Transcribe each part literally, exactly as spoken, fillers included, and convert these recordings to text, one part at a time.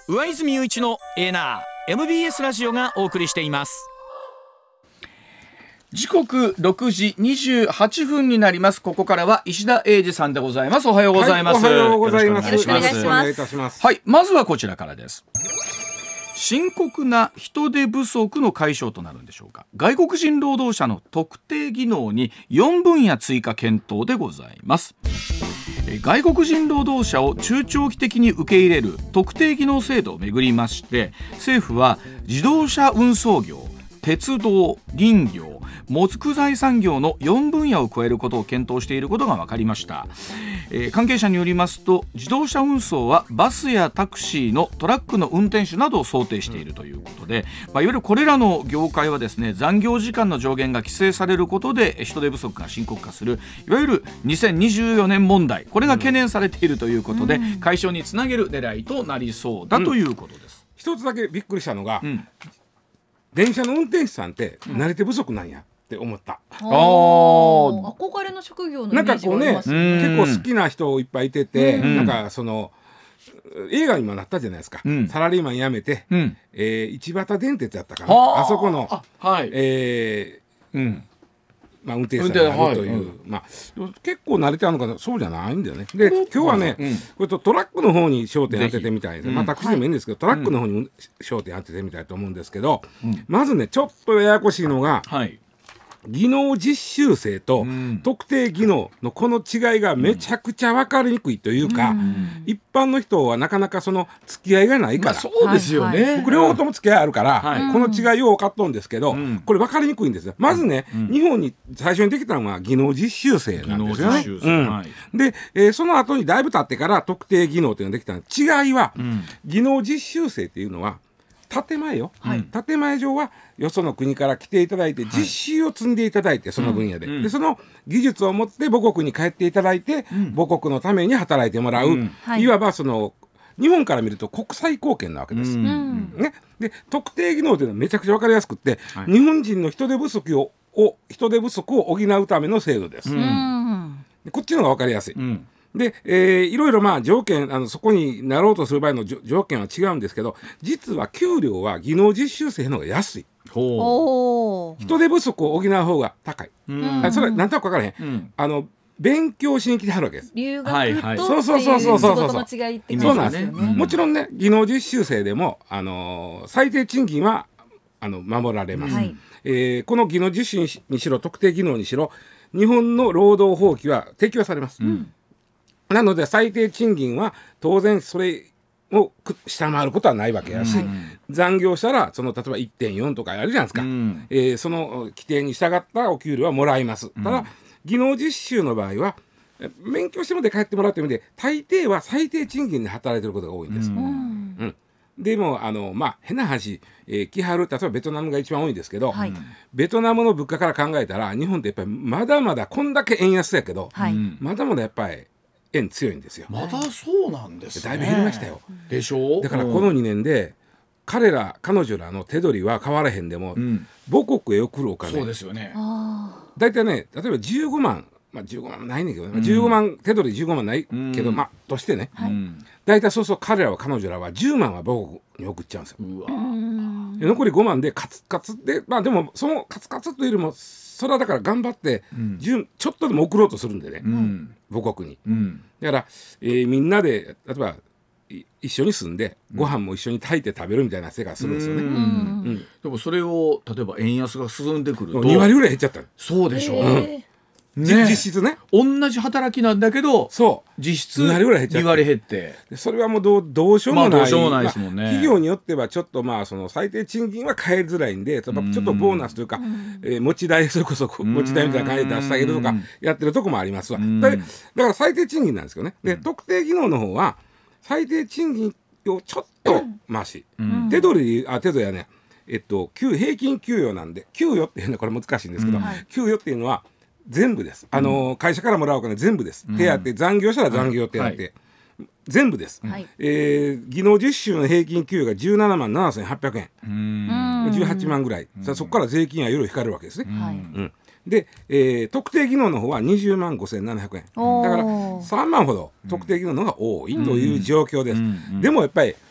上泉雄一のエーナー エムビーエス ラジオがお送りしています。 時刻ろくじにじゅうはちふんになります。ここからは石田英二さんでございます。おはようございます。 はい、おはようございます。 よろしくお願いします。 よろしくお願いいたします。 はい、まずはこちらからです。深刻な人手不足の解消となるんでしょうか。外国人労働者の特定技能によんぶんや追加検討でございます。外国人労働者を中長期的に受け入れる特定技能制度をめぐりまして、政府は自動車運送業、鉄道、林業、木材産業のよんぶんやを加えることを検討していることが分かりました。えー、関係者によりますと、自動車運送はバスやタクシーのトラックの運転手などを想定しているということで、まあ、いわゆるこれらの業界はですね、残業時間の上限が規制されることで人手不足が深刻化する、いわゆるにせんにじゅうよねん問題、これが懸念されているということで、うん、解消につなげる狙いとなりそうだということです。 うん、一つだけびっくりしたのが、うん、電車の運転手さんって慣れて不足なんやって思った。 あ憧れの職業のイメージがありますね。 なんかこうね、結構好きな人いっぱいいてて、うん、なんかその映画にもなったじゃないですか、うん、サラリーマン辞めて、うん、えー、市畑電鉄やったかな、あそこのあ、はい、えーうんまあ、運転手さんがあるという、はい、まあ、結構慣れてあるのかな。そうじゃないんだよね。で今日はね、うん、これとトラックの方に焦点当ててみたいです、まあ、タクシーでもいいんですけど、はい、トラックの方に焦点当ててみたいと思うんですけど、うん、まずねちょっとややこしいのが、はい、技能実習生と特定技能のこの違いがめちゃくちゃ分かりにくいというか、うん、一般の人はなかなかその付き合いがないから、まあ、 そうですよね、はいはい、 僕両方とも付き合いあるから、はい、この違いを分かっとるんですけど、うん、これ分かりにくいんですよ。まずね、うん、日本に最初にできたのは技能実習生なんですよね。うん、はい、で、えー、その後にだいぶ経ってから特定技能というのができたの。違いは、うん、技能実習生っていうのは建前よ、はい、建前上はよその国から来ていただいて実習を積んでいただいて、その分野で、うん、でその技術を持って母国に帰っていただいて、うん、母国のために働いてもらう、うん、いわばその日本から見ると国際貢献なわけです、うんね、で特定技能というのはめちゃくちゃ分かりやすくって、はい、日本人の人手不足を人手不足を補うための制度です、うん、でこっちの方が分かりやすい、うん、で、えー、いろいろまあ条件あのそこになろうとする場合の条件は違うんですけど、実は給料は技能実習生の方が安い。ほう、人手不足を補う方が高い、うん、それ何となく分からへん、うん、あの勉強しに来てはるわけです。 留学とっていう仕事の違いってそうなんですね、うん、もちろんね技能実習生でも、あのー、最低賃金はあの守られます、うん、えー、この技能実習にしろ特定技能にしろ日本の労働法規は適用されます、うん、なので最低賃金は当然それを下回ることはないわけやし、うん、残業したらその例えば いってんよん とかあるじゃないですか、うん、えー、その規定に従ったお給料はもらいます、うん、ただ技能実習の場合は勉強してまで帰ってもらうという意味で大抵は最低賃金で働いてることが多いんです、うんうん、でもあの、まあ、変な話、えー、来はる例えばベトナムが一番多いんですけど、はい、ベトナムの物価から考えたら日本ってやっぱりまだまだこんだけ円安やけど、はい、まだまだやっぱり円強いんですよ。 まだそうなんですね。 だいぶ減りましたよ。 でしょう。 だからこのにねんで彼ら彼女らの手取りは変わらへんでも、うん、母国へ送るお金、 そうですよね、 だいたいね例えばじゅうごまん、まあ、じゅうごまんないねんけど、うん、じゅうごまん手取りじゅうごまんないけど、うん、まあとしてね、はい、だいたいそうそう彼らは彼女らはじゅうまんは母国に送っちゃうんですよ。うわで残りごまんでカツカツで、まあでもそのカツカツというよりもそれはだから頑張って、うん、ちょっとでも送ろうとするんでね、うん、母国に、うん、だから、えー、みんなで例えば一緒に住んでご飯も一緒に炊いて食べるみたいな生活するんですよね、うんうん、 でもそれを例えば円安が進んでくるとにわりぐらい減っちゃった。 そうでしょう、うんね、実質ね同じ働きなんだけどそう実質にわりぐらい減っちゃってにわり減ってそれはもうどう、どうしようもない、まあ、どうしようもないですもんね、まあ、企業によってはちょっとまあその最低賃金は変えづらいんでちょっとボーナスというか、えー、持ち代それこそ持ち代みたいな感じで出してあげるとかやってるとこもありますわ。だだから最低賃金なんですけどね。で特定技能の方は最低賃金をちょっと増し、手取りあ手取りはねえっと給平均給与なんで給与っていうのはこれ難しいんですけど、給与っていうのは全部です。あの、うん、会社からもらうお金全部です。うん、手当残業したら残業手当、はい、全部です。はい、えー、技能実習の平均給与がじゅうななまんななせんはっぴゃくえん、じゅうはちまんぐらい。さあそこから税金やいろいろ引かれるわけですね。うん、で、えー、特定技能の方はにじゅうまんごせんななひゃくえん。だからさんまんほど特定技能の方が多いという状況です。でもやっぱり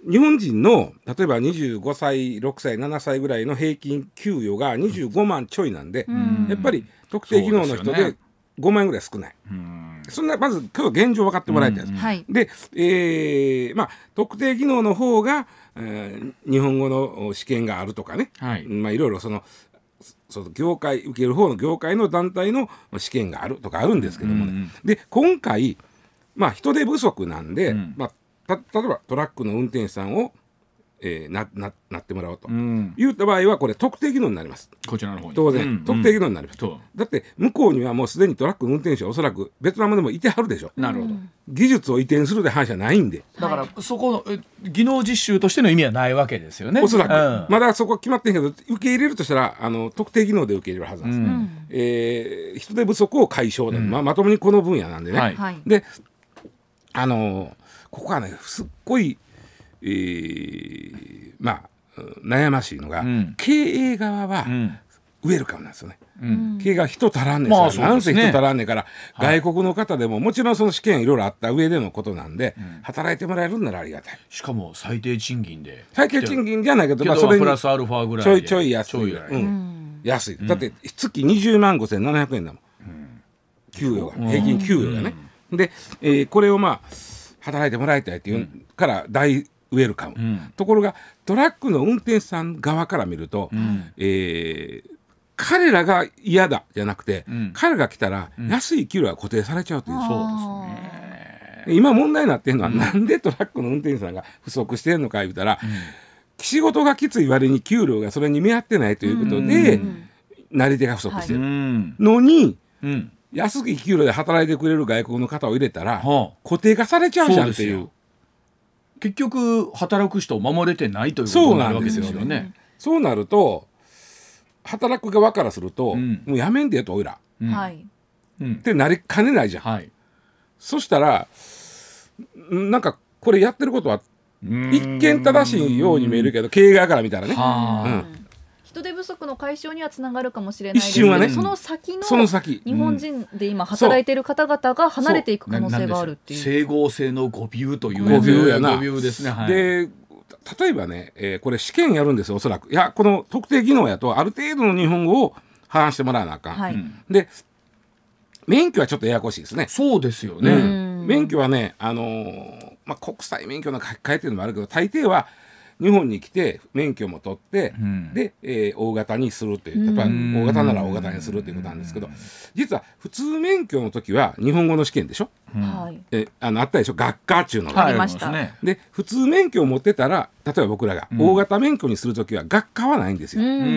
日本人の例えばにじゅうごさいろくさいななさいぐらいの平均給与がにじゅうごまんちょいなんで、うん、やっぱり特定技能の人でごまん円ぐらい少ない、うん、そんなまず今日現状分かってもらいたいです、うんはい、で、えーまあ、特定技能の方が、えー、日本語の試験があるとかね、はいまあ、いろいろそのその業界受ける方の業界の団体の試験があるとかあるんですけどもね、うん、で今回、まあ、人手不足なんで、うんまあ、た例えばトラックの運転手さんを、えー、な, な, なってもらおうと、うん、いう場合はこれ特定技能になります。 こちらの方に当然、うん、特定技能になります、 うん、 だって向こうにはもうすでにトラックの運転手はおそらくベトナムでもいてはるでしょ。 なるほど。 技術を移転するで話じゃないんで、 だからそこの技能実習としての意味はないわけですよね。 おそらく、うん、まだそこ決まってんけど受け入れるとしたらあの特定技能で受け入れるはずなんです、うんえー、人手不足を解消、うんまあ、まともにこの分野なんでね、はい、であのここはねすっごい、えー、まあ悩ましいのが、うん、経営側はウェルカムなんですよね、うん、経営側人足らんねんから、まあね、なんせ人足らんねんから、はい、外国の方でももちろんその試験いろいろあった上でのことなんで、うん、働いてもらえるんならありがたい。 しかも最低賃金で最低賃金じゃないけど、まあ、 それにプラスアルファぐらいちょいちょい安い、うん、安い、うん、だって月にじゅうまんごせんななひゃくえんだもん、うん、給与が平均給与がね、うん、で、えー、これをまあ働いてもらいたいっていうから大ウェルカム、うん、ところがトラックの運転手さん側から見ると、うんえー、彼らが嫌だじゃなくて、うん、彼が来たら安い給料が固定されちゃうという、うん、そうですね。今問題になってるのは、うん、なんでトラックの運転手さんが不足してるのか言うたら、うん、仕事がきつい割に給料がそれに見合ってないということで、うん、なり手が不足してる、はい、のに、うん安い給料で働いてくれる外国の方を入れたら、はあ、固定化されちゃうじゃんっていう。 結局働く人を守れてないということになるわけですよね。そうなんですよね。 そうなると働く側からすると、うん、もうやめんでとおいら、うん、ってなりかねないじゃん、はい、そしたらなんかこれやってることは一見正しいように見えるけど経営側から見たらね、はあうん人手不足の解消にはつながるかもしれないですけど、ね、その先の日本人で今働いている方々が離れていく可能性があるっていう、 整合性の語尾という語尾やな語尾ですね、はい、 で例えばね、えー、これ試験やるんですよおそらく。いやこの特定技能やとある程度の日本語を話してもらわなあかん、はい、で免許はちょっとややこしいですね。 そうですよね、うん、 免許はね、あのーまあ、国際免許の書き換えっていうのもあるけど大抵は日本に来て免許も取って、うん、で、えー、大型にするっていう、やっぱり大型なら大型にするっていうことなんですけど、実は普通免許の時は日本語の試験でしょ、うん、えあのあったでしょ学科っていうのがありました。 で普通免許を持ってたら例えば僕らが大型免許にする時は学科はないんですよ、うんうん、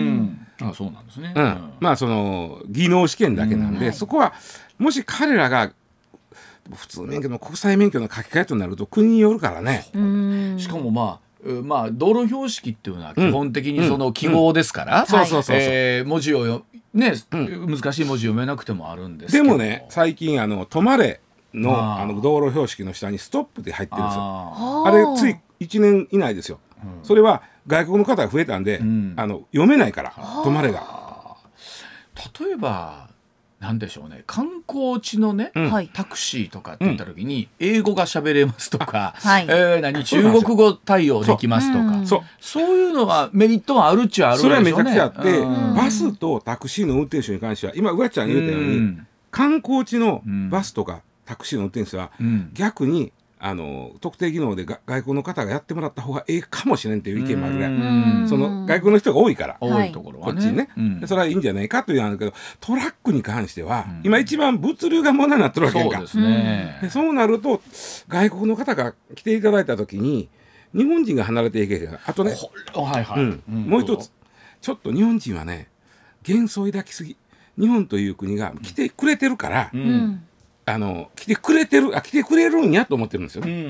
あそうなんですね、 うん、まあその技能試験だけなんで、うんはい、そこはもし彼らが普通免許の国際免許の書き換えとなると国によるからね。 うんしかもまあまあ、道路標識っていうのは基本的にその記号ですから文字を、ねうん、難しい文字読めなくてもあるんですけどでもね最近あの止まれ の, あの道路標識の下にストップって入ってるんですよ。 あ, あれついいちねん以内ですよ、うん、それは外国の方が増えたんで、うん、あの読めないから止まれが。 例えばなんでしょうね観光地のね、うん、タクシーとかって言った時に英語が喋れますとか、はいえー、何中国語対応できますとか そう, そういうのはメリットはあるっちゃあるでしょうね。 それはめちゃくちゃあって、うん、バスとタクシーの運転手に関しては今うわちゃん言ったように、うん、観光地のバスとかタクシーの運転手は、うん、逆にあの特定技能でが外国の方がやってもらった方がええかもしれんという意見もあるぐらい、その外国の人が多いから多いところは、ね、 こっちにね、うん、それはいいんじゃないかというのなんだけどトラックに関しては、うん、今一番物流が問題になってるわけやんか。 そうですね。 でそうなると外国の方が来ていただいた時に日本人が離れていけへん。あとね、 はいはいうんうん、もう一つちょっと日本人はね幻想を抱きすぎ。日本という国が来てくれてるから、うんうんあの来てくれてるあ来てくれるんやと思ってるんですよ、うんうんうん、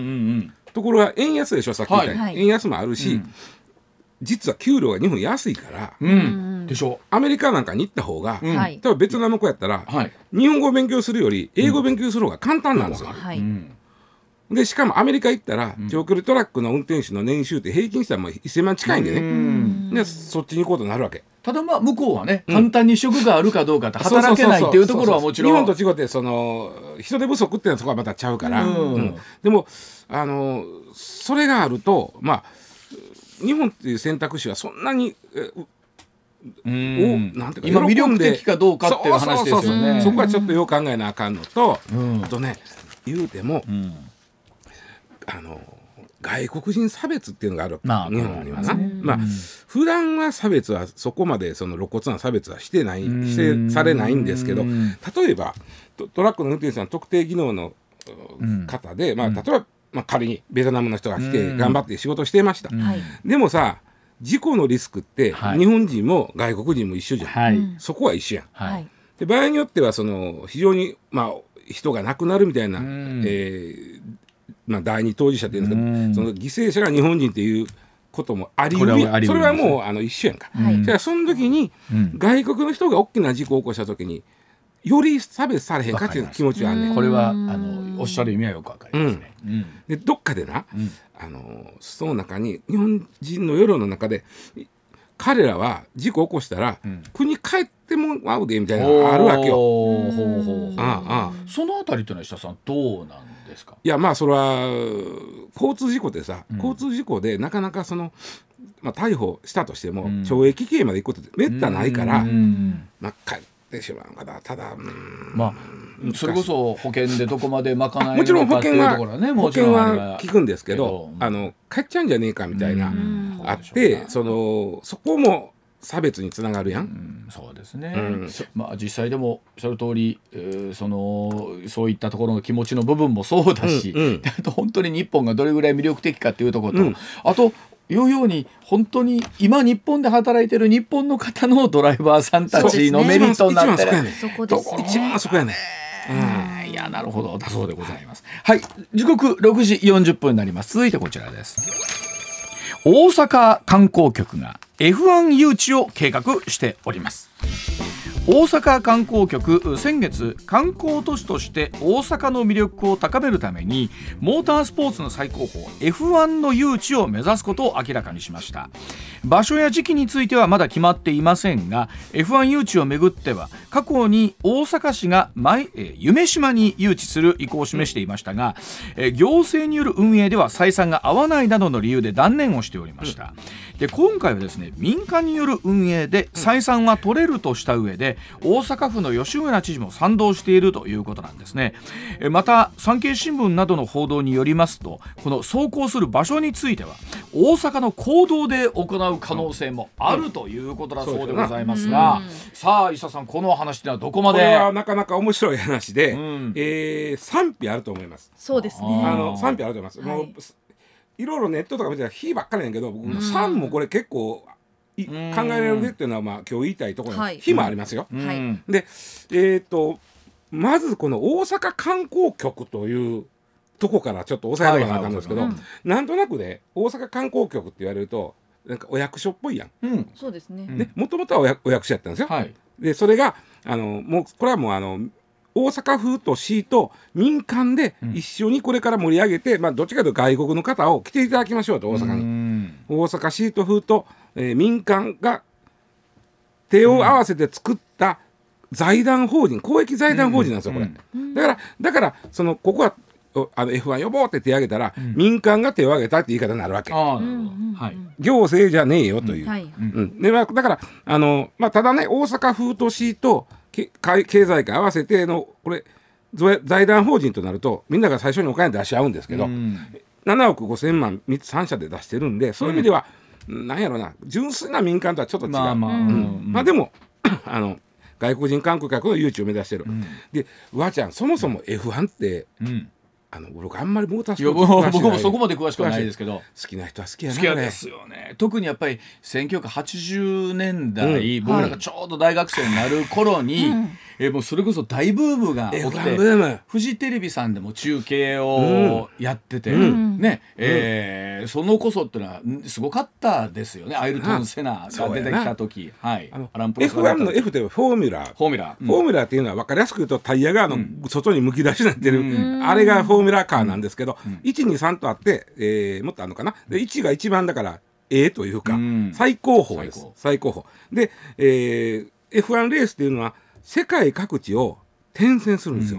ところが円安でしょさっき言った、はい、円安もあるし、うん、実は給料が日本安いから、 うん、でしょアメリカなんかに行った方が、うん、例えばベトナム語やったら、はい、日本語を勉強するより英語を勉強する方が簡単なんですよ、うんはいでしかもアメリカ行ったら、うん、長距離トラックの運転手の年収って平均したらもうせんまん近いんでね、うん、でそっちに行こうとなるわけ。 ただまあ向こうはね、簡単に職があるかどうかって働けないっていうところはもちろん日本と違ってその人手不足っていうのはそこはまたちゃうから、うんうん、でもあのそれがあるとまあ日本っていう選択肢はそんなにうんなんていうか今魅力的かどうかっていう話ですよね。 そうそうそうそう、そこはちょっとよく考えなあかんのと、うん、あとね言うても、うん、あの外国人差別っていうのがある、まあ、日本にはな、うん、まあ普段は差別はそこまでその露骨な差別はしてない、してされないんですけど、例えばト, トラックの運転手さん特定技能の方で、うん、まあ、例えば、まあ、仮にベトナムの人が来て頑張って仕事してました、うん、でもさ事故のリスクって日本人も外国人も一緒じゃん、はい、そこは一緒やん、はい、で場合によってはその非常に、まあ、人が亡くなるみたいな、うんえーまあ、第二当事者っていうんですけど、うん、その犠牲者が日本人っていうこともありうり、それはもうあの一緒やんか、はい、じゃあその時に、うん、外国の人が大きな事故を起こした時により差別されへんかっていう気持ちはあるね。 これはあのおっしゃる意味はよくわかりますね、 うんうん、でどっかでな、うん、あのその中に日本人の世論の中で彼らは事故を起こしたら、うん、国帰ってもらうでみたいなのがあるわけよ。ほうほうほうああそのあたりというのは石田さんどうなんですか。 いやまあそれは交通事故でさ、うん、交通事故でなかなかその、まあ、逮捕したとしても、うん、懲役刑まで行くことってめったないから、うん、まあ帰ってしまうからただ、うん、 まあそれこそ保険でどこまで賄えるのかっていうところはね、 もちろん保険は効くんですけど、あの帰っちゃうんじゃねえかみたいなあって、そのそこも差別につながるやん、うん、 そうですね、うんまあ、実際でもおっしゃる通り、えー、そのそういったところの気持ちの部分もそうだし、うんうん、あと本当に日本がどれぐらい魅力的かっていうところと、うん、あというように本当に今日本で働いてる日本の方のドライバーさんたちのメリットになってる、 そこですね、 一番そこやね。 うん、いやなるほどだそうでございます。はい、時刻ろくじよんじゅっぷんになります。続いてこちらです。大阪観光局が エフワン 誘致を計画しております。大阪観光局先月観光都市として大阪の魅力を高めるためにモータースポーツの最高峰 エフワン の誘致を目指すことを明らかにしました。場所や時期についてはまだ決まっていませんが エフワン 誘致をめぐっては過去に大阪市が前夢洲に誘致する意向を示していましたが行政による運営では採算が合わないなどの理由で断念をしておりました。で今回はですね民間による運営で採算は取れるとした上で大阪府の吉村知事も賛同しているということなんですね。また産経新聞などの報道によりますとこの走行する場所については大阪の公道で行う可能性もあるということだそうでございますが、さあ石田さんこの話ではどこまで。 これはなかなか面白い話で、うんえー、賛否あると思います。 そうですね、 あの賛否あると思います、はい、もういろいろネットとか見てたら非ばっかりやんけど僕も賛もこれ結構考えられるねっていうのはまあ今日言いたいところに非もありますよ、はい、で、えー、とまずこの大阪観光局というとこからちょっと押さえてもらわなあかんんですけど、はいはいはい、なんとなくね大阪観光局って言われるとなんかお役所っぽいやん、 うん、そうですね。 もともとはお役、お役所やったんですよ、はい、でそれがあのもうこれはもうあの大阪府と市と民間で一緒にこれから盛り上げて、うんまあ、どっちかというと外国の方を来ていただきましょうと大阪に。うん大阪市と府と、えー、民間が手を合わせて作った財団法人、公益財団法人なんですよこれ、うん、だからだからそのここはあの エフワン 呼ぼうって手を挙げたら、うん、民間が手を挙げたって言い方になるわけ。あ、うんはい、行政じゃねえよという、うんはいうん、でまあ、だからあの、まあ、ただね大阪府と市と経済界合わせてのこれ財団法人となるとみんなが最初にお金出し合うんですけど、うん、ななおくごせんまんさん社で出してるんでそういう意味では、うん、なんやろな純粋な民間とはちょっと違う、まあまあうんまあ、でもあの外国人観光客の誘致を目指してる、うん、でわちゃんそもそも エフワン って、うんあの僕あんまりモータースポーツ僕もそこまで詳しくはないですけど好きな人は好きやな好きですよね。特にやっぱりせんきゅうひゃくはちじゅうねんだい、うん、僕らがちょうど大学生になる頃に、うんえもうそれこそ大ブームが起きてフジテレビさんでも中継をやってて、うんねえーうん、そのこそってのはすごかったですよね。アイルトン・セナが出てきた時、はい、 アランプロス エフワン の F でフォーミュラフォーミュラ、 うん、フォーミュラっていうのは分かりやすく言うとタイヤがあの、うん、外にむき出しになってる、うん、あれがフォーミュラカーなんですけど、うん、いちにさんとあって、えー、もっとあるのかなでいちが一番だから A というか、うん、最高峰です。最高峰で、えー、エフワン レースっていうのは世界各地を転戦するんですよ、うん、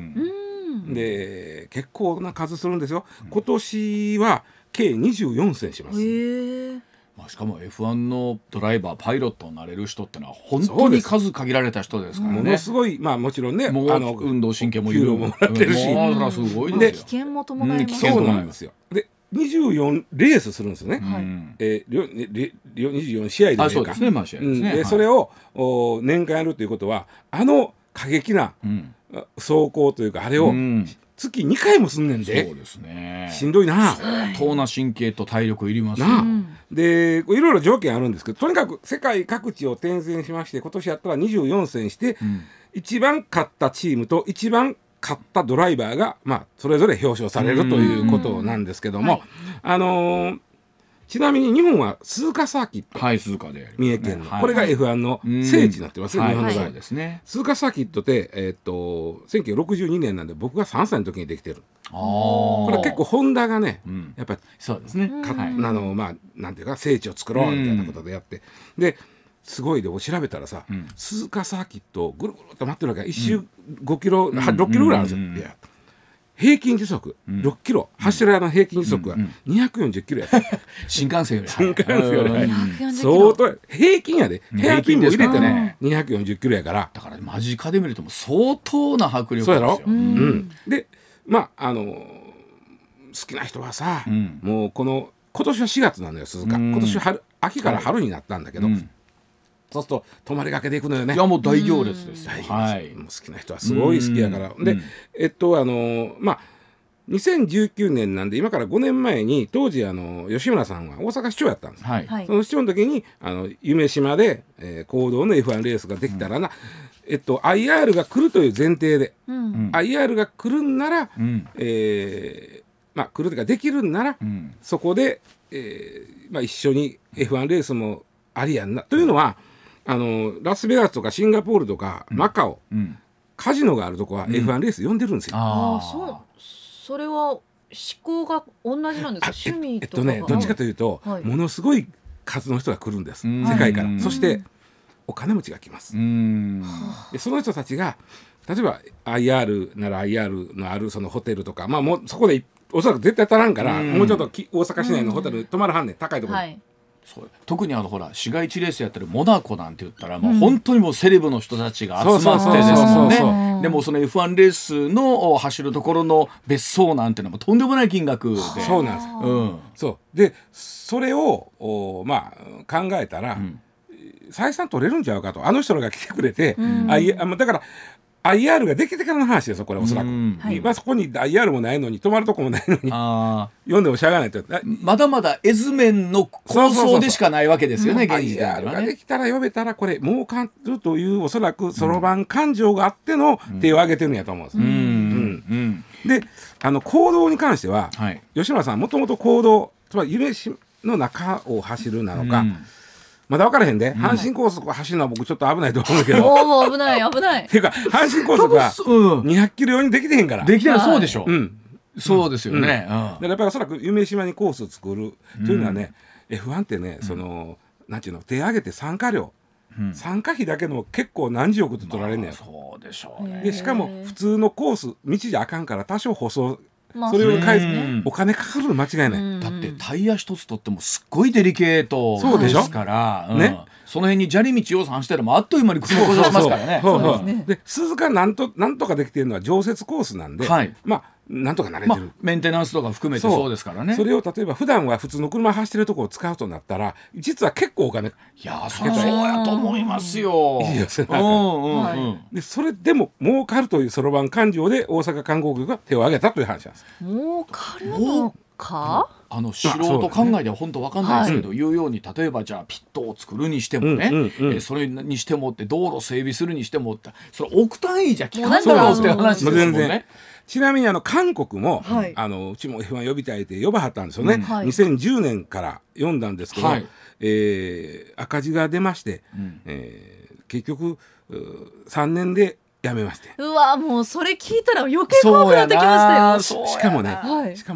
で結構な数するんですよ。今年は計にじゅうよんせんします。へー、 まあ、しかも エフワン のドライバーパイロットになれる人ってのは本当に数限られた人ですからね。 ものすごい、まあもちろんね、 もうあの運動神経もいる、 ももらってるし、 もうすごいですよ。 危険も伴います。 そうなんですよ。でにじゅうよんレースするんですよね、はい、えー、にじゅうよんしあいであそうですね、まあ試合ですね、 うん、でそれをお年間やるということはあの過激な、うん、走行というかあれを、うん、月にかいもすんねんで、 そうですね、 しんどいな。 相当な神経と体力いりますな、うん、でいろいろ条件あるんですけど、とにかく世界各地を転戦しまして、今年やったらにじゅうよんせんして、うん、一番勝ったチームと一番勝ったドライバーが、まあ、それぞれ表彰されるということなんですけども、はい、あのー、ちなみに日本は鈴鹿サーキット、 はい、鈴鹿でやりますね、 三重県の、はい、これが エフワン の聖地になってますね、 はい、 日本の場合、 はい、ね、 鈴鹿サーキットって、えー、っとせんきゅうひゃくろくじゅうにねんなんで僕がさんさいの時にできてる。あこれは結構ホンダがね、うん、やっぱりそうですね、 か、はい、あのまあなんていうか聖地を作ろうみたいなことでやって、ですごいで調べたらさ、うん、鈴鹿サーキットぐるぐるっと回ってるわけ、いっ周ごキロ、うん、ろっキロぐらいあるんですよ、うん、いや平均時速ろっキロ、うん、柱の平均時速はにひゃくよんじゅっキロや、うん、 新幹線より新幹線より相当平均やで、平均も入れてねにひゃくよんじゅっキロやから、 だから間近で見るとも相当な迫力ですよ。 そうやろ、うんうん、でまああのー、好きな人はさ、うん、もうこの今年はしがつなのよ鈴鹿、うん、今年は春秋から春になったんだけど、はい、うん、そうすると泊まりがけで行くのよね。 いやもう大行列ですよ、 はい、もう好きな人はすごい好きやから、で、うん、えっとあのまあにせんじゅうきゅうねんなんで今からごねんまえに当時あの吉村さんは大阪市長やったんです、はい、その市長の時にあの夢洲で、えー、公道の エフワン レースができたらな、うん、えっと アイアール が来るという前提で、うん、アイアール が来るんなら、うん、えー、まあ来るというかできるんなら、うん、そこで、えーまあ、一緒に エフワン レースもありやんなというのは、あのラスベガスとかシンガポールとかマカオ、うんうん、カジノがあるとこは エフワン レース呼んでるんですよ、うん、 ああそうそれは思考が同じなんですか、趣味とかが。 えっとねどっちかというと、はい、ものすごい数の人が来るんです、世界から。そしてお金持ちが来ます。うんでその人たちが例えば アイアール なら アイアール のあるそのホテルとか、まあ、もうそこでおそらく絶対足らんからもうちょっとき大阪市内のホテル泊まるはんねん、高いところに、はい、 そう特にあのほら市街地レースやってるモナコなんて言ったら、もう本当にもうセレブの人たちが集まってですもんね。でもその エフワン レースの走るところの別荘なんてのもとんでもない金額で、 そうなんです、うん、そうでそれをお、まあ、考えたら、うん、採算取れるんちゃうかと、あの人らが来てくれて、うん、あいあだからアイアール ができてからの話ですよこれおそらく、うん今そこに アイアール もないのに泊まるとこもないのにあ読んでもしゃがないと、 まだまだ絵図面の構想でしかないわけですよね。現時点ではね アイアール ができたら呼べたらこれ儲かるというおそらくそろばん感情があっての手を挙げてるんやと思うんです、うんうんうん、であの公道に関しては、はい、吉村さんもともと公道つまり夢洲の中を走るなのか、うんまだ分からへんで、うん、阪神高速を走るのは僕ちょっと危ないと思うけどおー危ない危ないっていうか阪神高速はにひゃくキロ用にできてへんからできてるそうでしょ、うん、そうですよね、うんうん、 だからやっぱりおそらく夢洲にコースを作るというのはね、うん、エフワン ってねその、うん、なんていうの手挙げて参加料、うん、参加費だけでも結構何十億と取られんねん、まあ、 そうでしょうね。 でしかも普通のコース道じゃあかんから多少舗装まあ、それを返す、ね、お金かかるの間違いない、うん、 だってタイヤ一つとってもすっごいデリケートですから、うんね、その辺に砂利道を散してるもあっという間に車をしますからね。 で鈴鹿なんとなんとかできているのは常設コースなんで、はい、まあなんとか慣れてる、まあ、 メンテナンスとか含めてそうですからね。 それを例えば普段は普通の車走ってるところを使うとなったら実は結構お金いやそりゃそうやと思いますよ。いいですね、 でそれでも儲かるというそろばん勘定で大阪観光局が手を挙げたという話なんです。 儲かるのかあの素人考えでは本当わかんないですけど、ね、言うように例えばじゃあピットを作るにしてもね、うんうんうんえー、それにしてもって道路整備するにしてもってそれ億単位じゃ効かんだろうって話ですもんね。 ちなみにあの韓国も、はい、あのうちも エフワン 呼びたいって呼ばはったんですよね、うんはい、にせんじゅうねんから呼んだんですけど、はいえー、赤字が出まして、うんえー、結局さんねんで辞めまして。 うわもうそれ聞いたら余計怖くなってきましたよ。 しかもね、はい、しかもね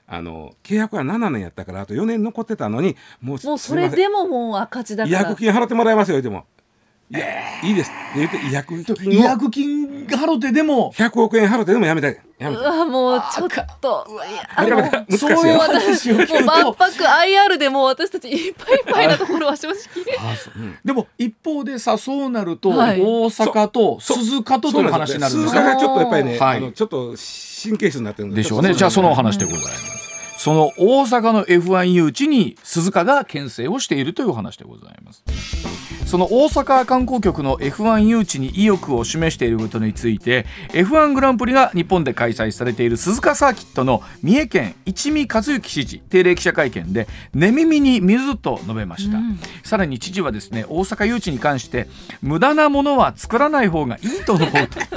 あの契約はななねんやったからあとよねん残ってたのにもうもうそれでももう赤字だか違ら約金払ってもらえますよでもいや、えー、いいです言って違約金を違約金払ってでもひゃくおくえん払ってでもやめたいやめたい。 うわもうちょっとなかなか難しいよ。 そういう話を聞くともう万博 アイアール でもう私たちいっぱいいっぱいなところは正直あそう、うん、でも一方でさそうなると、 はい、 大阪と鈴鹿とという話になるんですね。 鈴鹿がちょっとやっぱりね、 はい、 あのちょっと神経質になってるんでしょうね。じゃあそのお話でございます、うん、その大阪の エフワン 誘致に鈴鹿が牽制をしているというお話でございます。その大阪観光局の エフワン 誘致に意欲を示していることについて エフワン グランプリが日本で開催されている鈴鹿サーキットの三重県一見和幸知事定例記者会見で寝耳に水と述べました、うん、さらに知事はですね大阪誘致に関して無駄なものは作らない方がいいと思うと、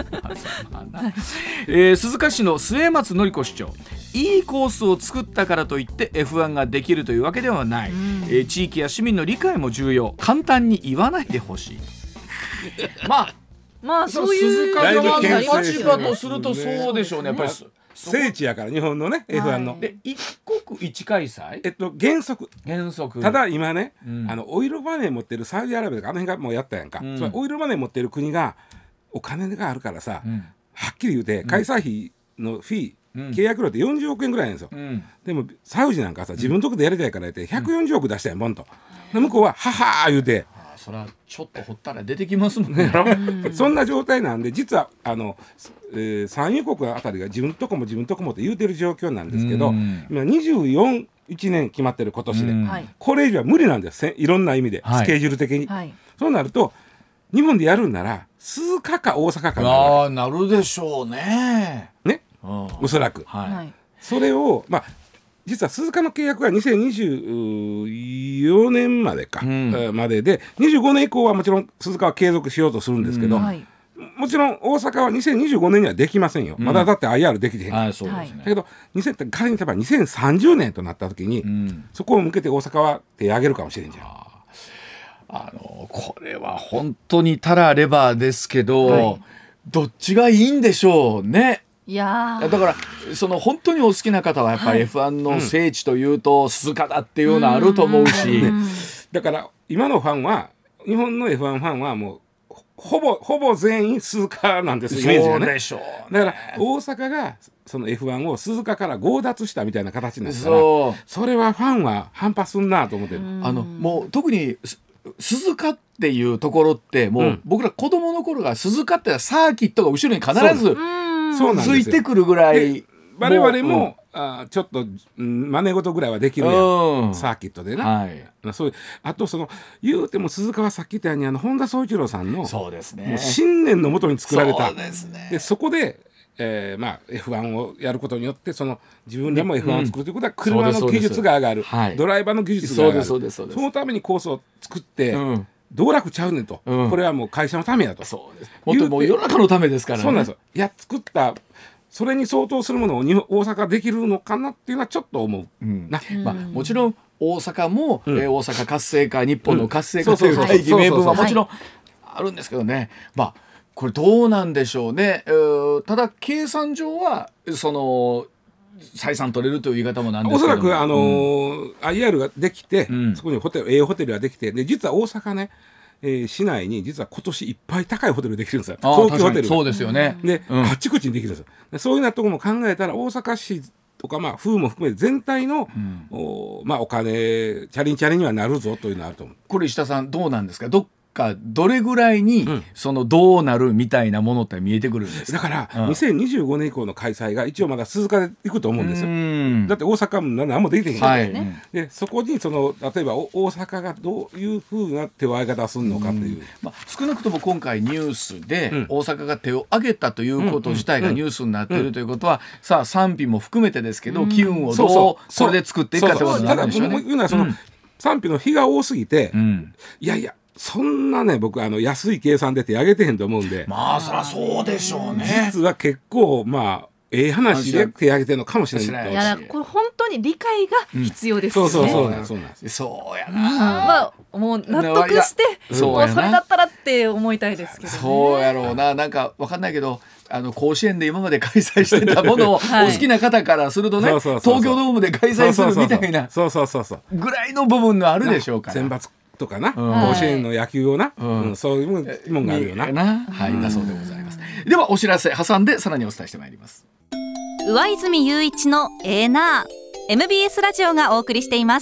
えー、鈴鹿市の末松典子市長いいコースを作ったからといって エフワン ができるというわけではない、うんえー、地域や市民の理解も重要簡単に言わないでほしいまあまあそういう鈴鹿側の立場とするとそうでしょうねやっぱり聖地やから日本のね エフワン の、はい、 で一国一開催えっと原則原則ただ今ね、うん、あのオイルマネー持ってるサウジアラビアとかあの辺がもうやったやんか、うん、つまりオイルマネー持ってる国がお金があるからさ、うん、はっきり言うて開催費のフィー、うん、契約料ってよんじゅうおくえんぐらいなんですよ、うん、でもサウジなんかさ自分のとこでやりたいからやってひゃくよんじゅうおく出したやんボンと、で向こうはははー言うてそれはちょっと掘ったら出てきますもんねそんな状態なんで実はあの、えー、産油国あたりが自分とこも自分とこもって言うてる状況なんですけど、今にじゅうよん、いちねん決まってる今年で、これ以上は無理なんですいろんな意味で、はい、スケジュール的に、はい、そうなると日本でやるんなら鈴鹿か大阪かなあなるでしょうねねおそらく、はい、それをまあ実は鈴鹿の契約がにせんにじゅうよねんまでか、うん、まででにじゅうごねん以降はもちろん鈴鹿は継続しようとするんですけど、うんはい、もちろん大阪はにせんにじゅうごねんにはできませんよ、うん、まだだって アイアール できてへんから、はいそうですね、だけどにせん仮に例えばにせんさんじゅうねんとなった時に、うん、そこを向けて大阪は手を挙げるかもしれんじゃん。 あのこれは本当にたらレバーですけど、はい、どっちがいいんでしょうね。 いやだからその本当にお好きな方はやっぱり エフワン の聖地というと鈴鹿だっていうのあると思うし、 うん、だから今のファンは日本の エフワン ファンはもうほぼほぼ全員鈴鹿なんですイメージがね。 そうでしょうね。 だから大阪がその エフワン を鈴鹿から強奪したみたいな形になったらそ, それはファンは反発すんなと思ってる。 あのもう特に鈴鹿っていうところってもう、うん、僕ら子供の頃が鈴鹿ってサーキットが後ろに必ずついてくるぐらい我々も、うん、あちょっと、うん、真似事ぐらいはできるやん、うん、サーキットでな、はい、そういうあとその言うても鈴鹿はさっき言ったようにあの本田宗一郎さんのそうです、ね、 もう信念のもとに作られたそうです、ね、 でそこでえーまあ、エフワン をやることによってその自分でも エフワン を作るということは車の技術が上がる、はい、ドライバーの技術が上がる そ, そのためにコースを作って、うん道楽ちゃうねんと、うん、これはもう会社のためやとそうですもっともう世の中のためですからね。 そうなんですよ。いや作ったそれに相当するものを大阪できるのかなっていうのはちょっと思う、うんなまあ、もちろん大阪も、うんえー、大阪活性化日本の活性化という大義名分はもちろんあるんですけどね、まあこれどうなんでしょうね。えー、ただ計算上はその採算取れるという言い方もなんですけどおそらく、あのーうん、アイアール ができて、うん、そこにホテル A ホテルができてで実は大阪ね、えー、市内に実は今年いっぱい高いホテルできるんですよ。高級ホテルそうですよね。 で、うん、あっちこっちにできるんですよ。でそういうようなところも考えたら大阪市とか、まあ、風も含めて全体の、うん、お, まあ、お金チャリンチャリンにはなるぞというのはあると思う。 これ石田さんどうなんですか。どっかどれぐらいに、うん、そのどうなるみたいなものって見えてくるんですか。 だから、うん、にせんにじゅうごねん以降の開催が一応まだ鈴鹿で行くと思うんですよ。だって大阪も何もできてへんから、はいね、でそこにその例えば大阪がどういうふうな手を挙げ方をするのかっていう、うんまあ、少なくとも今回ニュースで大阪が手を挙げたということ自体がニュースになっているということは、うんうん、さあ賛否も含めてですけど、うん、機運をどう そ, うそれで作っていくかってことになるんでしょうね。 ただ言うのはその、うん、賛否の比が多すぎて、うん、いやいやそんなね僕あの安い計算で手上げてへんと思うんでまあそりゃそうでしょうね。 実は結構まあええ話で手挙げてるのかもしれない。 いやこれ本当に理解が必要ですよね、うん、 そうそうそうなんそうなんです。 そうやな、 まあもう納得してもうそれだったらって思いたいですけどね。 そうやろうな。なんか分かんないけどあの甲子園で今まで開催してたものをお好きな方からするとね、はい、東京ドームで開催するみたいなぐらいの部分があるでしょうから。 選抜とかな、うん、甲子園の野球をな、うんうん、そういうもんがあるよな、 な、はい、だそうでございます。ではお知らせ挟んでさらにお伝えしてまいります。 上泉雄一のエーナー エムビーエス ラジオがお送りしています。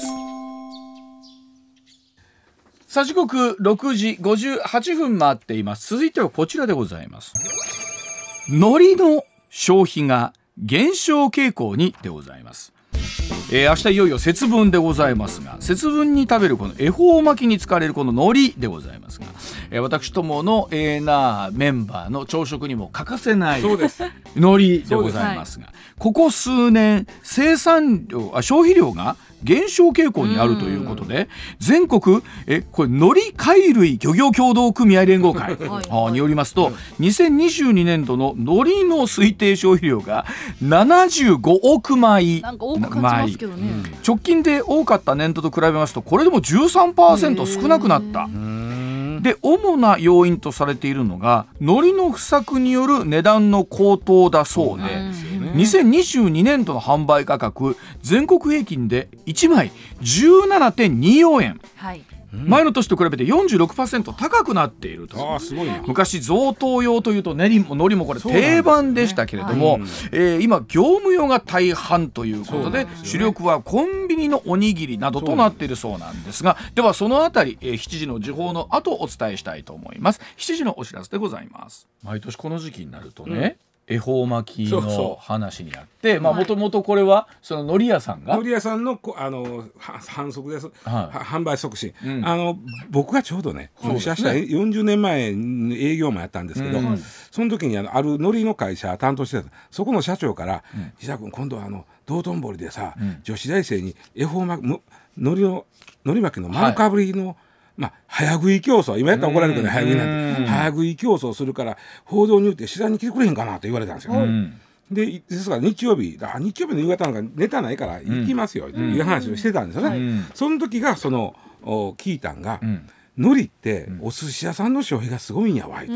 さあ時刻ろくじごじゅうはっぷん回っています。続いてはこちらでございます。海苔の消費が減少傾向にでございます。えー、明日いよいよ節分でございますが、節分に食べるこの恵方巻きに使われるこの海苔でございますが、えー、私どものエーナーメンバーの朝食にも欠かせない海苔でございますが、ここ数年生産量あ消費量が減少傾向にあるということで、全国えこれ海苔貝類漁業協同組合連合会によりますと、にせんにじゅうにねんどの海苔の推定消費量がななじゅうごおくまい。 なんか多く感じますけどね。 直近で多かった年度と比べますとこれでも じゅうさんパーセント 少なくなった。で主な要因とされているのが海苔の不作による値段の高騰だそうで、にせんにじゅうにねんどの販売価格全国平均でいちまい じゅうななてんによんえん、はい、前の年と比べて よんじゅうろくパーセント 高くなっていると。 あすごいな。昔贈答用というと海苔も海苔もこれ定番でしたけれども、ねはいえー、今業務用が大半ということ で, で、ね、主力はコンビニのおにぎりなどとなっているそうなんですが、ではそのあたり、えー、しちじの時報の後お伝えしたいと思います。しちじのお知らせでございます。毎年この時期になるとね、うん恵方巻きの話にあってもともとこれはその海苔屋さんが海苔屋さんのあの反則です、はい、販売促進、うん、あの僕がちょうどね入社したよんじゅうねんまえに営業もやったんですけど、うん、その時にあのある海苔の会社担当してたそこの社長から「うん、石田君今度はあの道頓堀でさ、うん、女子大生に恵方巻き海苔の海苔巻きの丸かぶりの、はいまあ、早食い競争今やったら怒られるけど早食いなんて早食い競争するから報道によって取材に来てくれへんかなと言われたんですよ、うん、でですから日曜日あ日曜日の夕方なんかネタないから行きますよ、うん、という話をしてたんですよね、うん、その時がその聞いたんが、うん、海苔ってお寿司屋さんの消費がすごいんやわい、うん、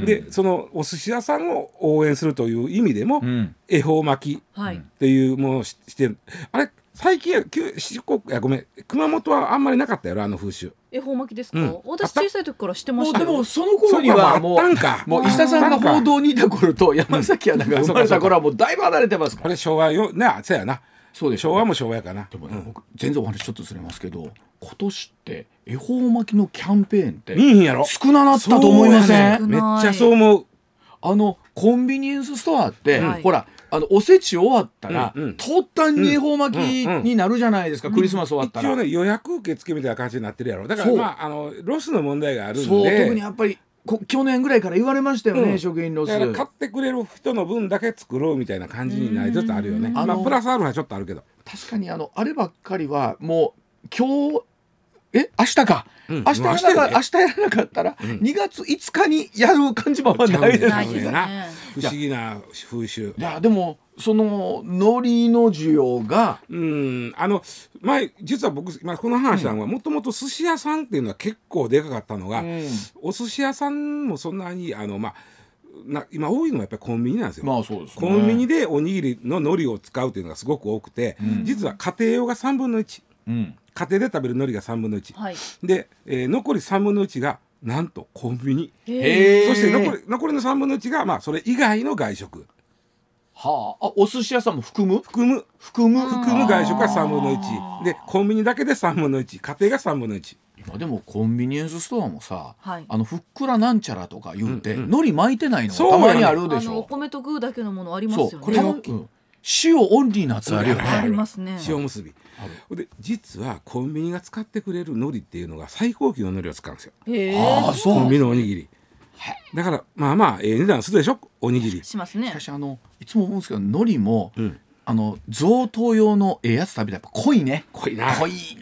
でそのお寿司屋さんを応援するという意味でも、うん、恵方巻きっていうものをしてる、あれ最近は四国いやごめん熊本はあんまりなかったよあの風習。 恵方巻きですか、うん、私小さい時からしてましたよ。 でもその頃にはもうあったんかもう石田さんが報道にいた頃と山崎アナが生まれた頃はもうだいぶ離れてますから。 これ昭和よなそうやな。 そうで昭和も昭和やかな。 でもね、うん、僕全然お話ちょっとずれますけど今年って恵方巻きのキャンペーンって少ななったと思いません？ めっちゃそう思う。 あのコンビニエンスストアって、うん、ほらあのおせち終わったら、うんうん、途端に恵方巻きになるじゃないですか、うんうん、クリスマス終わったら、 一応ね予約受付みたいな感じになってるやろ。だからまああのロスの問題があるんで、 そう特にやっぱり去年ぐらいから言われましたよね、うん、食品ロス。 だから買ってくれる人の分だけ作ろうみたいな感じになりつつあるよね。まあプラスアルファちょっとあるけど、 確かにあのあればっかりはもう今日え明日か、うん、明日やらなか、明日やらなかったら、うん、にがついつかにやる感じもないですよね。 不思議な風習。 いやでもその海苔の需要がうんあの前実は僕今この話したのはもともと寿司屋さんっていうのは結構でかかったのが、うん、お寿司屋さんもそんなにあのまあな今多いのはやっぱりコンビニなんですよ、 まあそうですね、 コンビニでおにぎりの海苔を使うというのがすごく多くて、うん、実は家庭用がさんぶんのいち、うん、家庭で食べる海苔がさんぶんのいち、はい、で、えー、残りさんぶんのいちがなんとコンビニ、へそして残り残りのさんぶんのいちがまあそれ以外の外食、 はあ、あお寿司屋さんも含む含む含む含む外食がさんぶんのいちでコンビニだけでさんぶんのいち、家庭がさんぶんのいち。 今でもコンビニエンスストアもさ、はい、あのふっくらなんちゃらとか言うて、うんうん、海苔巻いてないのがたまにあるでしょ。 あのお米と具だけのものありますよね。そうこれは、うん、塩オンリーのやつあるよね。 ありますね。 塩結びで実はコンビニが使ってくれる海苔っていうのが最高級の海苔を使うんですよ。 へあそうコンビニのおにぎりだからまあまあええ値段するでしょおにぎりしますね。 しかしあのいつも思うんですけど海苔も、うん、あの贈答用のええやつ食べたらやっぱ濃いね。 濃いな濃いな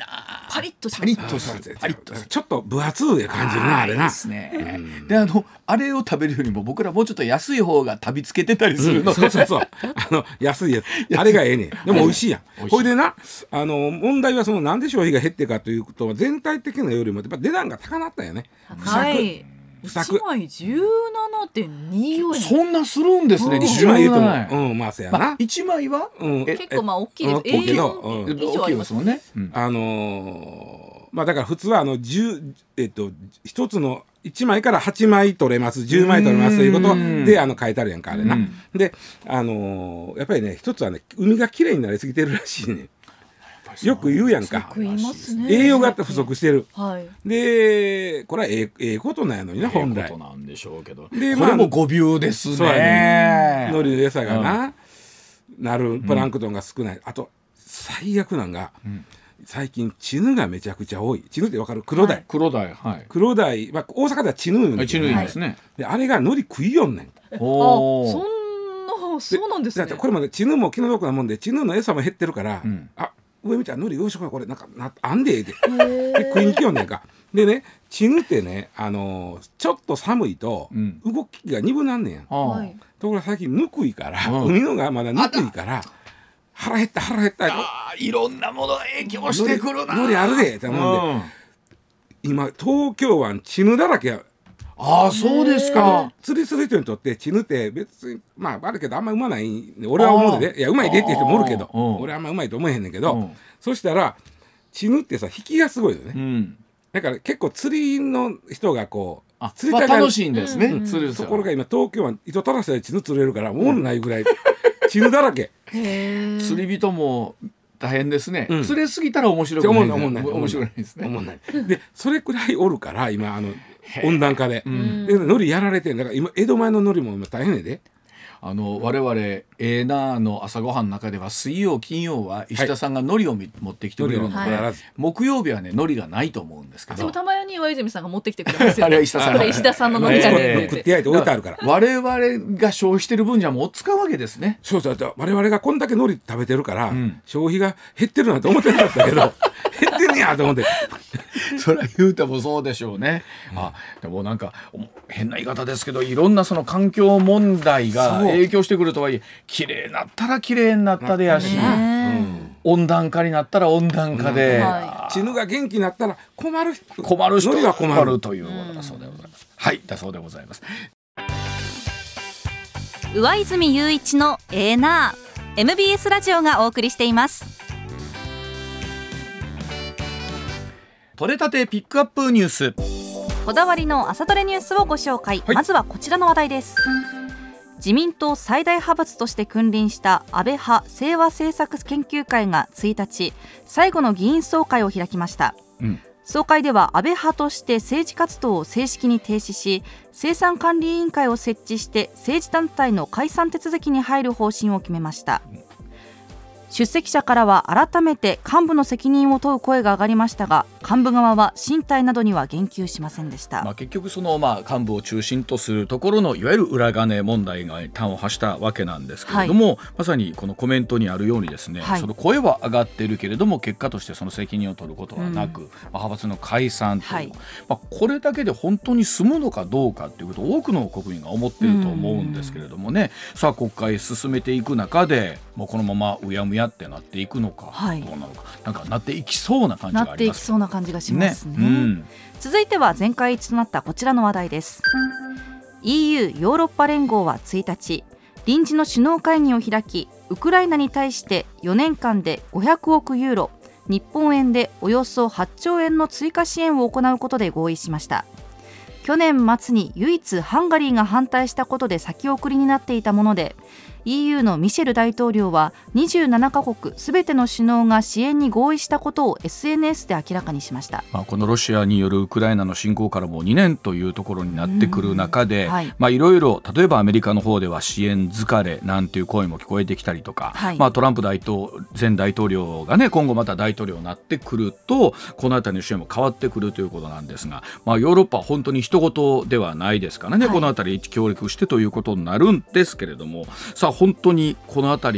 パリッとします。 パリッとする。 パリッとちょっと分厚い感じるなあれな。 ですね。うん、であのあれを食べるよりも僕らもうちょっと安い方が食べつけてたりするの、うん、 そうそうそうあの安いやつあれがええねん。でも美味しいやん。これでなあの問題はそのなんで消費が減ってかということは全体的なよりもやっぱ値段が高なったよね。 はい。いちまい じゅうななてんによんえん。 そんなするんですね。 いちまい言うとも、うん、まあそうやな、まあ、 いちまいは、 うん、結構まあ大きいです。 大きいけど、 うん、以上ありますもんね。 うん、あのー、まあだから普通はあのじゅうえっと一つのいちまいからはちまい取れますじゅうまい取れますということであの書いてあるやんかあれな。であのー、やっぱりね一つはね海がきれいになりすぎてるらしいね。よく言うやんか。栄養が不足してる、はい、でこれはええええことなんやのにな本来。 ええことなんでしょうけどで、 まあ、これも誤謬ですね。そうやね。 海苔の餌がな、うん、なるプランクトンが少ない、うん、あと最悪なんが、うん、最近チヌがめちゃくちゃ多い。チヌってわかる？黒鯛、はい、 黒鯛、はい、 黒鯛、まあ、大阪ではチヌ言うんですよ、ね、チヌ言いますね。 であれが海苔食いよんねん。 おー、そんなそうなんですね。 だってこれもねチヌも気の毒なもんでチヌの餌も減ってるから、うん、あ上見たら海苔養殖がこれなんかなあんでええでで食いに来よんねんか。でねチヌってね、あのー、ちょっと寒いと動きが鈍なんねん、うん、ところが最近ぬくいから、うん、海のがまだぬくいから腹減った腹減ったあいろんなもの影響してくるな。 海苔あるでって思うんで、うん、今東京湾チヌだらけや。 ああそうですか。 釣りする人にとってチヌって別にまああるけどあんまうまない。俺は思うで、いやうまいでって人もおるけど俺はあんまうまいと思えへんねんけど、そしたらチヌってさ引きがすごいよね、うん、だから結構釣りの人がこう釣りたい、まあ、楽しいんですね、うん、釣るところが今東京は糸垂らしたでチヌ釣れるからもうないぐらいチヌだらけ。 へ釣り人も大変ですね、うん、釣れすぎたら面白くない、 思んない面白くないですね。 思んないでそれくらいおるから今あの温暖化で、うん、で海苔やられてんだから今江戸前の海苔も今大変やで。 あの我々ええなの朝ごはんの中では水曜金曜は石田さんが海苔を持ってきてくれるので、はい、木曜日はね海苔がないと思うんですけど、 でもたまに岩泉さんが持ってきてくれますよね。 あれは石田さんこれ石田さんの海苔じゃねえ食って焼いて置いてあるから我々が消費してる分じゃもう使うわけですね。 そうそう我々がこんだけ海苔食べてるから、うん、消費が減ってるなんて思ってなかったけど減ってんねやと思ってそれは言うてもそうでしょうね、うん、あでもなんか変な言い方ですけどいろんなその環境問題が影響してくるとはいえ綺麗になったら綺麗になったでやし、うん、温暖化になったら温暖化で、 はい、チヌが元気になったら困る人困る人が困るということだそうでございます、うん、はいだそうでございます。 上泉雄一のエーナー エムビーエス ラジオがお送りしています。 取れたてピックアップニュース、 こだわりの朝どれニュースをご紹介、はい、まずはこちらの話題です。自民党最大派閥として君臨した安倍派清和政策研究会がいちにち最後の議員総会を開きました、うん、総会では安倍派として政治活動を正式に停止し生産管理委員会を設置して政治団体の解散手続きに入る方針を決めました、うん出席者からは改めて幹部の責任を問う声が上がりましたが幹部側は進退などには言及しませんでした、 まあ、結局そのまあ幹部を中心とするところのいわゆる裏金問題が端を発したわけなんですけれども、はい、まさにこのコメントにあるようにですね、はい、その声は上がっているけれども結果としてその責任を取ることはなく、うんまあ、派閥の解散という、はいまあ、これだけで本当に済むのかどうかということを多くの国民が思っていると思うんですけれどもね、うん、さあ国会進めていく中でもうこのままうやむやってなっていくのか、はい、どうなのかなんかなっていきそうな感じがあります。 なっていきそうな感じがしますね、ねうん、続いては全会一致となったこちらの話題です。 イーユー ヨーロッパ連合はいちにち臨時の首脳会議を開きウクライナに対してよねんかんでごひゃくおくユーロ日本円でおよそはっちょうえんの追加支援を行うことで合意しました。去年末に唯一ハンガリーが反対したことで先送りになっていたもので イーユー のミシェル大統領はにじゅうななかこくすべての首脳が支援に合意したことを エスエヌエス で明らかにしました、 まあ、このロシアによるウクライナの侵攻からもうにねんというところになってくる中で、はいまあ、いろいろ例えばアメリカの方では支援疲れなんていう声も聞こえてきたりとか、はいまあ、トランプ大統前大統領が、ね、今後また大統領になってくるとこのあたりの支援も変わってくるということなんですが、まあ、ヨーロッパは本当に一言ではないですからね、はい、このあたり協力してということになるんですけれどもさあ本当にこのあたりの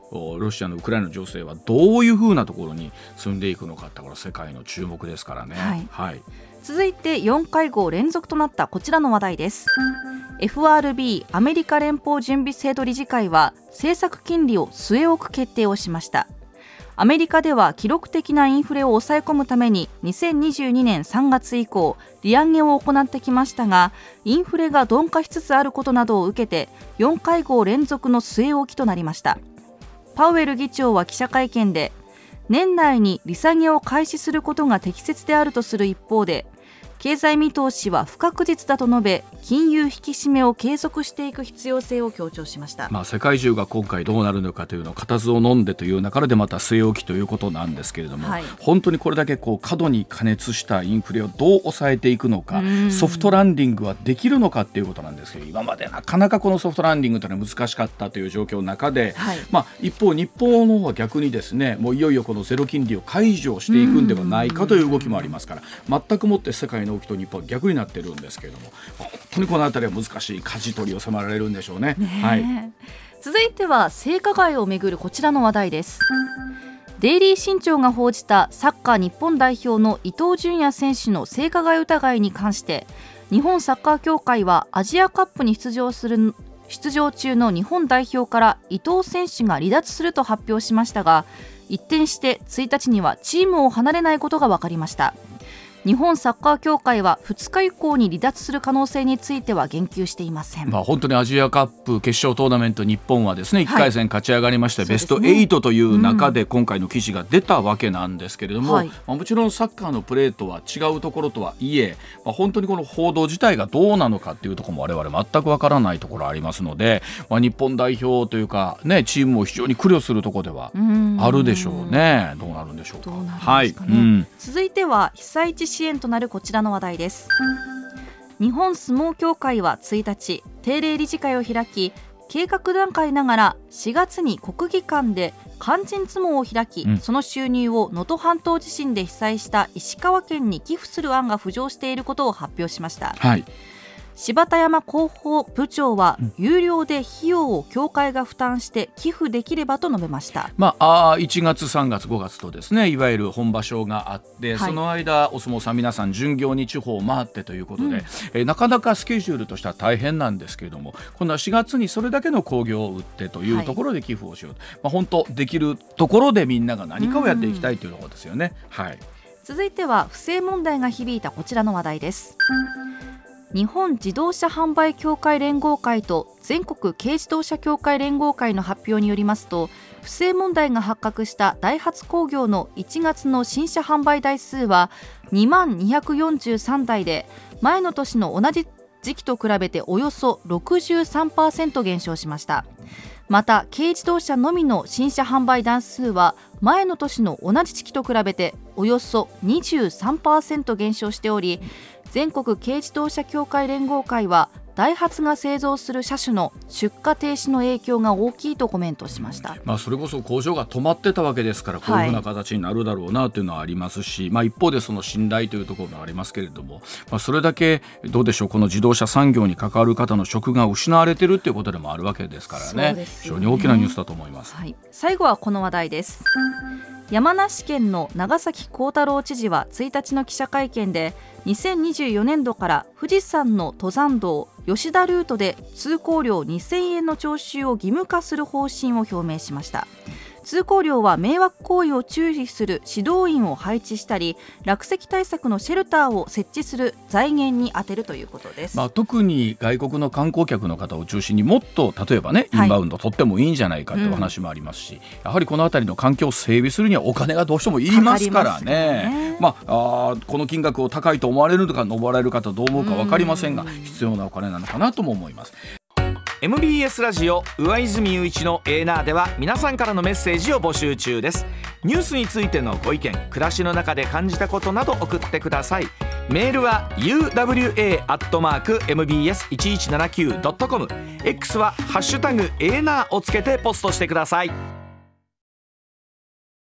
ロシアのウクライナの情勢はどういうふうなところに進んでいくのかってこれ世界の注目ですからね。 はいはい、 続いてよんかいごう連続となったこちらの話題です。 エフアールビー アメリカ連邦準備制度理事会は政策金利を据え置く決定をしました。アメリカでは記録的なインフレを抑え込むためににせんにじゅうにねんさんがつ以降利上げを行ってきましたが、インフレが鈍化しつつあることなどを受けてよんかいごう連続の据え置きとなりました。パウエル議長は記者会見で、年内に利下げを開始することが適切であるとする一方で、経済見通しは不確実だと述べ、金融引き締めを継続していく必要性を強調しました。 まあ、世界中が今回どうなるのかというのを固唾を飲んでという中でまた据え置きということなんですけれども、はい、本当にこれだけこう過度に過熱したインフレをどう抑えていくのか、ソフトランディングはできるのかということなんですけど、今までなかなかこのソフトランディングというのは難しかったという状況の中で、はい、まあ、一方日本の方は逆にですね、もういよいよこのゼロ金利を解除していくんではないかという動きもありますから、全くもって世界の動きと日本は逆になってるんですけれども、本当にこのあたりは難しい舵取りを迫られるんでしょうね。 ね、 はい、 続いては性加害をめぐるこちらの話題です。デイリー新潮が報じたサッカー日本代表の伊東純也選手の性加害疑いに関して、日本サッカー協会はアジアカップに出場する出場中の日本代表から伊東選手が離脱すると発表しましたが、一転してついたちにはチームを離れないことが分かりました。日本サッカー協会はふつか以降に離脱する可能性については言及していません。 まあ、本当にアジアカップ決勝トーナメント日本はですね、いっかい戦勝ち上がりまして、はい、ベストはちという中で今回の記事が出たわけなんですけれども、はい、まあ、もちろんサッカーのプレーとは違うところとはいえ、まあ、本当にこの報道自体がどうなのかというところも我々全くわからないところありますので、まあ、日本代表というか、ね、チームを非常に苦慮するところではあるでしょうね。どうなるんでしょうか。 どうなるんですかね。はい、うん、続いては被災地支援となるこちらの話題です。日本相撲協会はついたち定例理事会を開き、計画段階ながらしがつに国技館で勧進相撲を開き、うん、その収入を能登半島地震で被災した石川県に寄付する案が浮上していることを発表しました。 はい、 柴田山広報部長は、うん、有料で費用を協会が負担して寄付できればと述べました。 まあ、あいちがつさんがつごがつとですね、いわゆる本場所があって、はい、その間お相撲さん皆さん巡業に地方を回ってということで、うん、えなかなかスケジュールとしては大変なんですけれども、今度はしがつにそれだけの興行を打ってというところで寄付をしようと、はい、まあ、本当できるところでみんなが何かをやっていきたいというところですよね。はい、 続いては不正問題が響いたこちらの話題です。日本自動車販売協会連合会と全国軽自動車協会連合会の発表によりますと、不正問題が発覚したダイハツ工業のいちがつの新車販売台数はにまんにひゃくよんじゅうさんだいで、前の年の同じ時期と比べておよそ ろくじゅうさんパーセント 減少しました。また軽自動車のみの新車販売台数は前の年の同じ時期と比べておよそ にじゅうさんパーセント 減少しており、全国軽自動車協会連合会はダイハツが製造する車種の出荷停止の影響が大きいとコメントしました。 まあ、それこそ工場が止まってたわけですから、こういうふうな形になるだろうなというのはありますし、はい、まあ、一方でその信頼というところもありますけれども、まあ、それだけどうでしょう、この自動車産業に関わる方の職が失われているということでもあるわけですからね。非常に大きなニュースだと思います。 はい、最後はこの話題です。山梨県の長崎幸太郎知事はついたちの記者会見で、にせんにじゅうよねんどから富士山の登山道吉田ルートで通行料にせんえんの徴収を義務化する方針を表明しました。通行料は迷惑行為を注視する指導員を配置したり、落石対策のシェルターを設置する財源に充てるということです。 まあ、特に外国の観光客の方を中心にもっと例えばね、インバウンド取ってもいいんじゃないかというお話もありますし、うん、やはりこのあたりの環境を整備するにはお金がどうしてもいりますからね。まあ、あこの金額を高いと思われるのか登られる方どう思うか分かりませんが、必要なお金なのかなとも思います。 エムビーエス ラジオ上泉雄一のエーナーでは皆さんからのメッセージを募集中です。ニュースについてのご意見、暮らしの中で感じたことなど送ってください。メールは ユーダブリューエー アットマーク エムビーエスいちいちななきゅう ドットコム、 X はハッシュタグエーナーをつけてポストしてください。